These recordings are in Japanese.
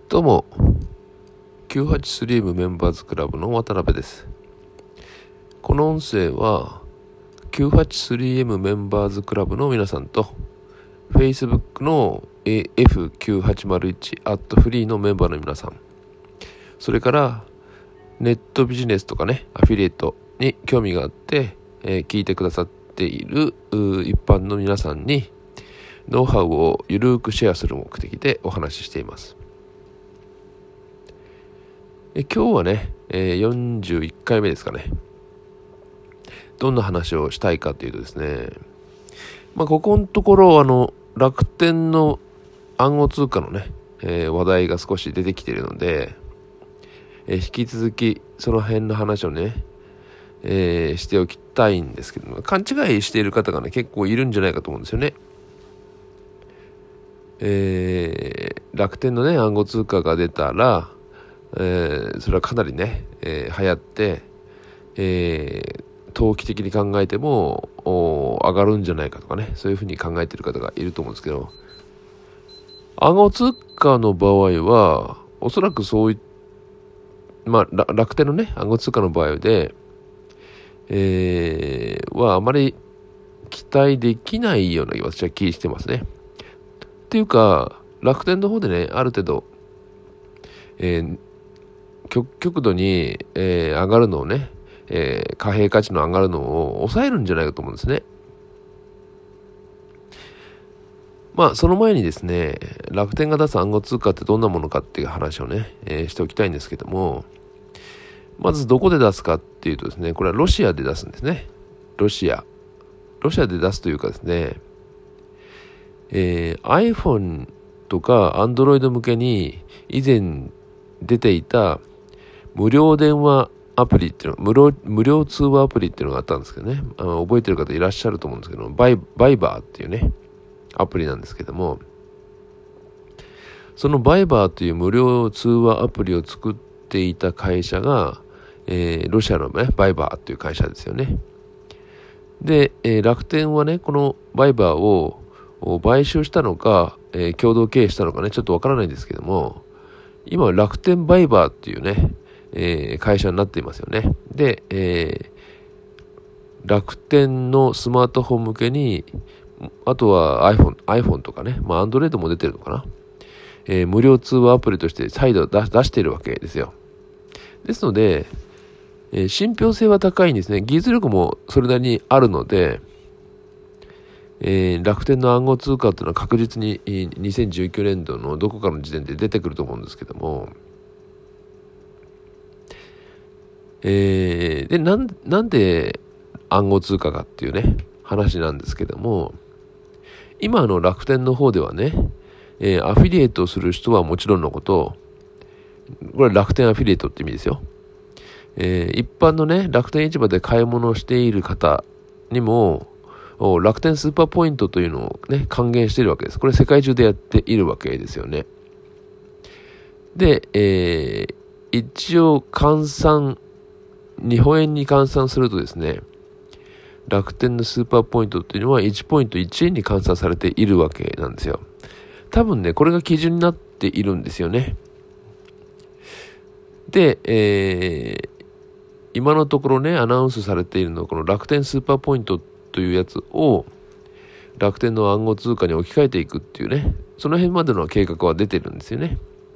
どうも 983M メンバーズクラブの渡辺です。この音声は 983M メンバーズクラブの皆さんと Facebook の F9801 フリーのメンバーの皆さん、それからネットビジネスとかね、アフィリエイトに興味があって、聞いてくださっている一般の皆さんにノウハウをゆるくシェアする目的でお話ししています。今日はね、41回目ですかね。どんな話をしたいかというとですね、ここのところ楽天の暗号通貨のね、話題が少し出てきているので、引き続きその辺の話をね、しておきたいんですけども、勘違いしている方がね結構いるんじゃないかと思うんですよね。楽天のね暗号通貨が出たら、それはかなりね、流行って、投機的に考えても上がるんじゃないかとかね、そういうふうに考えている方がいると思うんですけど、暗号通貨の場合はおそらくそうい楽天のね暗号通貨の場合で、はあまり期待できないような私は気してますね。っていうか楽天の方でねある程度、極度に、上がるのをね、貨幣価値の上がるのを抑えるんじゃないかと思うんですね。その前にですね、楽天が出す暗号通貨ってどんなものかっていう話をね、しておきたいんですけども、まずどこで出すかっていうとですね、これはロシアで出すんですね。ロシアで出すというかですね、iPhone とか Android 向けに以前出ていた無料電話アプリっていうの、無料通話アプリっていうのがあったんですけどね、覚えてる方いらっしゃると思うんですけど、バイバーっていうねアプリなんですけども、そのバイバーという無料通話アプリを作っていた会社が、ロシアのねバイバーという会社ですよね。で、楽天はねこのバイバーを買収したのか、共同経営したのかねちょっとわからないんですけども、今は楽天バイバーっていうね、会社になっていますよね。で、楽天のスマートフォン向けに、あとは iPhone とかね、Android も出てるのかな、無料通話アプリとして再度出しているわけですよ。ですので、信憑性は高いんですね。技術力もそれなりにあるので、楽天の暗号通貨っていうのは確実に2019年度のどこかの時点で出てくると思うんですけども、でなんで暗号通貨かっていうね話なんですけども、今の楽天の方ではね、アフィリエイトをする人はもちろんのこと、これは楽天アフィリエイトって意味ですよ。一般のね楽天市場で買い物をしている方にも楽天スーパーポイントというのをね還元しているわけです。これ世界中でやっているわけですよね。で、一応日本円に換算するとですね、楽天のスーパーポイントっていうのは1ポイント1円に換算されているわけなんですよ。多分ねこれが基準になっているんですよね。で、今のところねアナウンスされているのはこの楽天スーパーポイントというやつを楽天の暗号通貨に置き換えていくっていうね、その辺までの計画は出てるんですよね。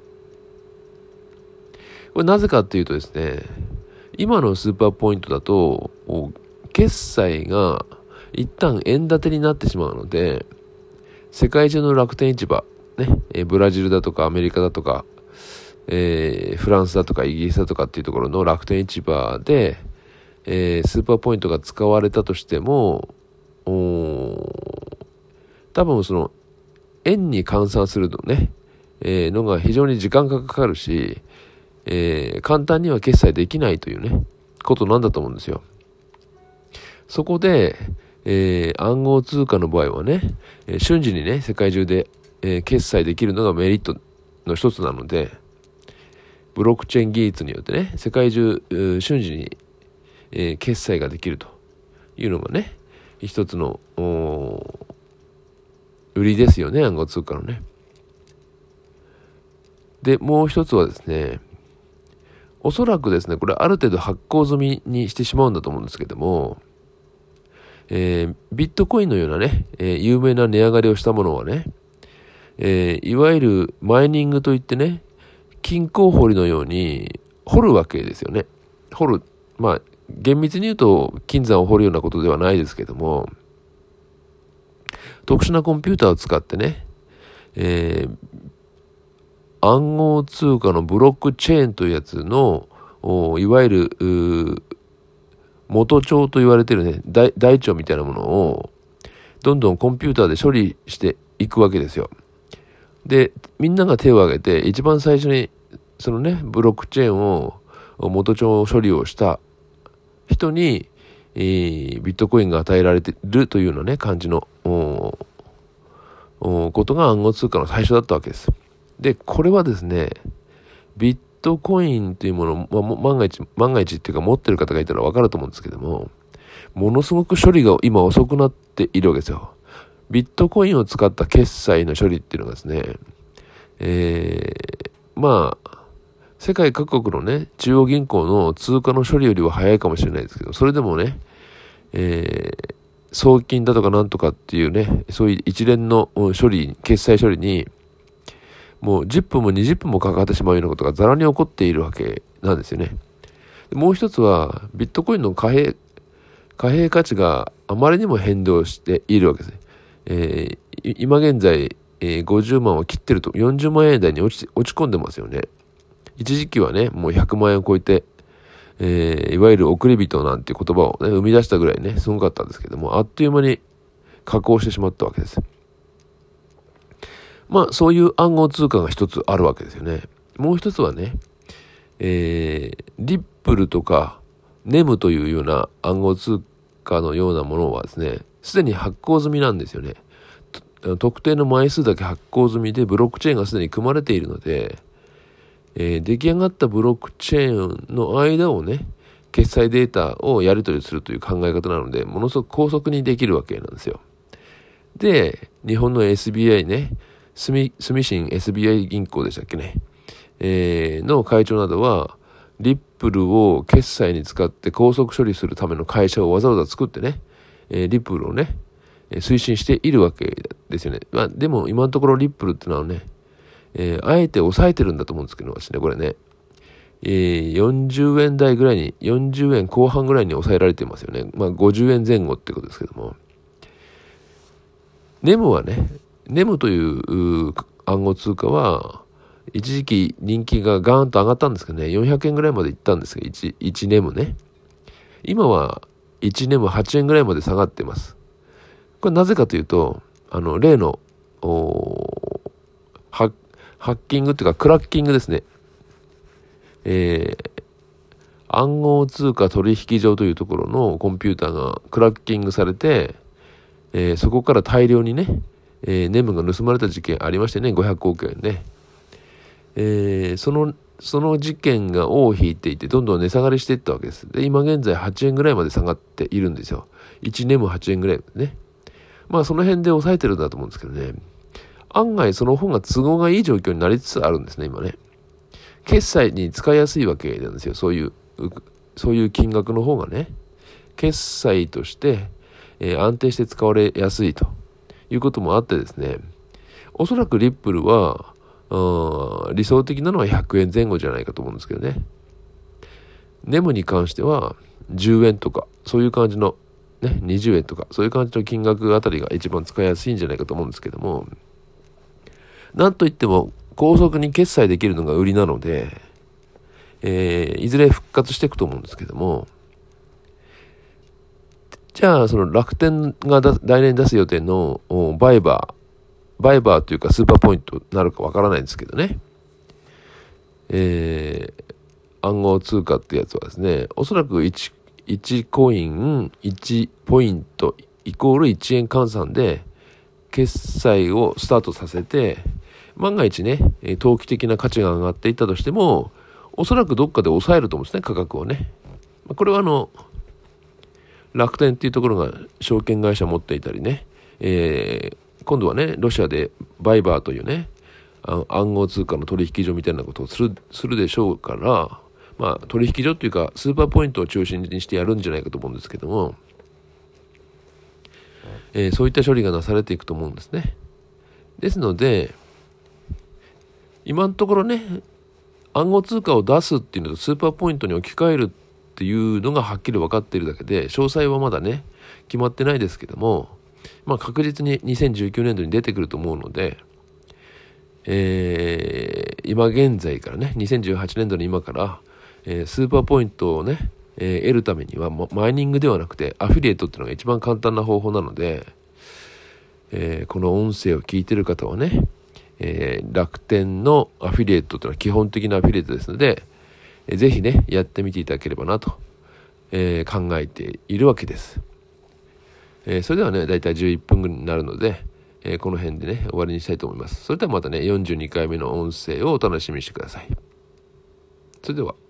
これなぜかっていうとですね、今のスーパーポイントだと決済が一旦円建てになってしまうので、世界中の楽天市場ね、ブラジルだとかアメリカだとか、フランスだとかイギリスだとかっていうところの楽天市場で、スーパーポイントが使われたとしても多分その円に換算するのね、のが非常に時間がかかるし、簡単には決済できないというねことなんだと思うんですよ。そこで、暗号通貨の場合はね、瞬時にね世界中で、決済できるのがメリットの一つなので、ブロックチェーン技術によってね世界中瞬時に、決済ができるというのがね一つの売りですよね、暗号通貨のね。 で、もう一つはですね、おそらくですね、これある程度発行済みにしてしまうんだと思うんですけども、ビットコインのようなね、有名な値上がりをしたものはね、いわゆるマイニングといってね、金鉱掘りのように掘るわけですよね。掘る。まあ、厳密に言うと金山を掘るようなことではないですけども、特殊なコンピューターを使ってね、暗号通貨のブロックチェーンというやつの、いわゆる、元帳と言われているね、台帳みたいなものを、どんどんコンピューターで処理していくわけですよ。で、みんなが手を挙げて、一番最初に、そのね、ブロックチェーンを、元帳処理をした人に、ビットコインが与えられているというようなね、感じの、ことが暗号通貨の最初だったわけです。で、これはですね、ビットコインというものを、万が一っていうか持ってる方がいたらわかると思うんですけども、ものすごく処理が今遅くなっているわけですよ。ビットコインを使った決済の処理っていうのがですね、まあ、世界各国のね、中央銀行の通貨の処理よりは早いかもしれないですけど、それでもね、送金だとかなんとかっていうね、そういう一連の処理、決済処理に、もう10分も20分もかかってしまうようなことがざらに起こっているわけなんですよね。もう一つは、ビットコインの貨幣価値があまりにも変動しているわけですね。今現在、50万を切ってると40万円台に落ち込んでますよね。一時期はね、もう100万円を超えて、いわゆる送り人なんていう言葉をね、生み出したぐらいね、すごかったんですけども、あっという間に加工してしまったわけです。まあ、そういう暗号通貨が一つあるわけですよね。もう一つはね、リップルとかネムというような暗号通貨のようなものはですね、すでに発行済みなんですよね。特定の枚数だけ発行済みでブロックチェーンがすでに組まれているので、出来上がったブロックチェーンの間をね、決済データをやり取りするという考え方なので、ものすごく高速にできるわけなんですよ。で、日本の SBI ね、住信 SBI 銀行でしたっけね、の会長などは、リップルを決済に使って高速処理するための会社をわざわざ作ってね、リップルをね、推進しているわけですよね。まあ、でも今のところリップルっていうのはね、あえて抑えてるんだと思うんですけど私ね、これね、40円台ぐらいに、40円後半ぐらいに抑えられていますよね。まあ50円前後ってことですけども。ネムはね、ネムという暗号通貨は、一時期人気がガーンと上がったんですけどね、400円ぐらいまで行ったんですけど、1ネムね。今は1ネム8円ぐらいまで下がっています。これなぜかというと、例の、ハッキングっていうかクラッキングですね。暗号通貨取引所というところのコンピューターがクラッキングされて、そこから大量にね、ネムが盗まれた事件ありましてね、500億円ね。その事件が尾を引いていて、どんどん値下がりしていったわけです。で、今現在8円ぐらいまで下がっているんですよ。1ネム8円ぐらいね。まあ、その辺で抑えてるんだと思うんですけどね。案外その方が都合がいい状況になりつつあるんですね、今ね。決済に使いやすいわけなんですよ。そういう金額の方がね。決済として、安定して使われやすいということもあってですね。おそらくリップルは、理想的なのは100円前後じゃないかと思うんですけどね。ネムに関しては10円とか、そういう感じの、ね、20円とか、そういう感じの金額あたりが一番使いやすいんじゃないかと思うんですけども、なんといっても高速に決済できるのが売りなので、いずれ復活していくと思うんですけども、じゃあその楽天が来年出す予定のバイバーというかスーパーポイントになるかわからないんですけどね、暗号通貨ってやつはですね、おそらく1コイン1ポイントイコール1円換算で決済をスタートさせて、万が一ね、投機的な価値が上がっていったとしても、おそらくどっかで抑えると思うんですね、価格をね。これは楽天っていうところが証券会社持っていたりね、今度はね、ロシアでバイバーというね、 暗号通貨の取引所みたいなことをするでしょうから、まあ、取引所っていうかスーパーポイントを中心にしてやるんじゃないかと思うんですけども、そういった処理がなされていくと思うんですね。ですので今のところね、暗号通貨を出すっていうのとスーパーポイントに置き換えるっていうのがはっきり分かっているだけで、詳細はまだね決まってないですけども、まあ、確実に2019年度に出てくると思うので、今現在からね、2018年度の今から、スーパーポイントをね、得るためにはマイニングではなくてアフィリエイトっていうのが一番簡単な方法なので、この音声を聞いている方はね、楽天のアフィリエイトというのは基本的なアフィリエイトですので、ぜひねやってみていただければなと、考えているわけです。それではねだいたい11分になるので、この辺でね終わりにしたいと思います。それではまたね42回目の音声をお楽しみにしてください。それでは。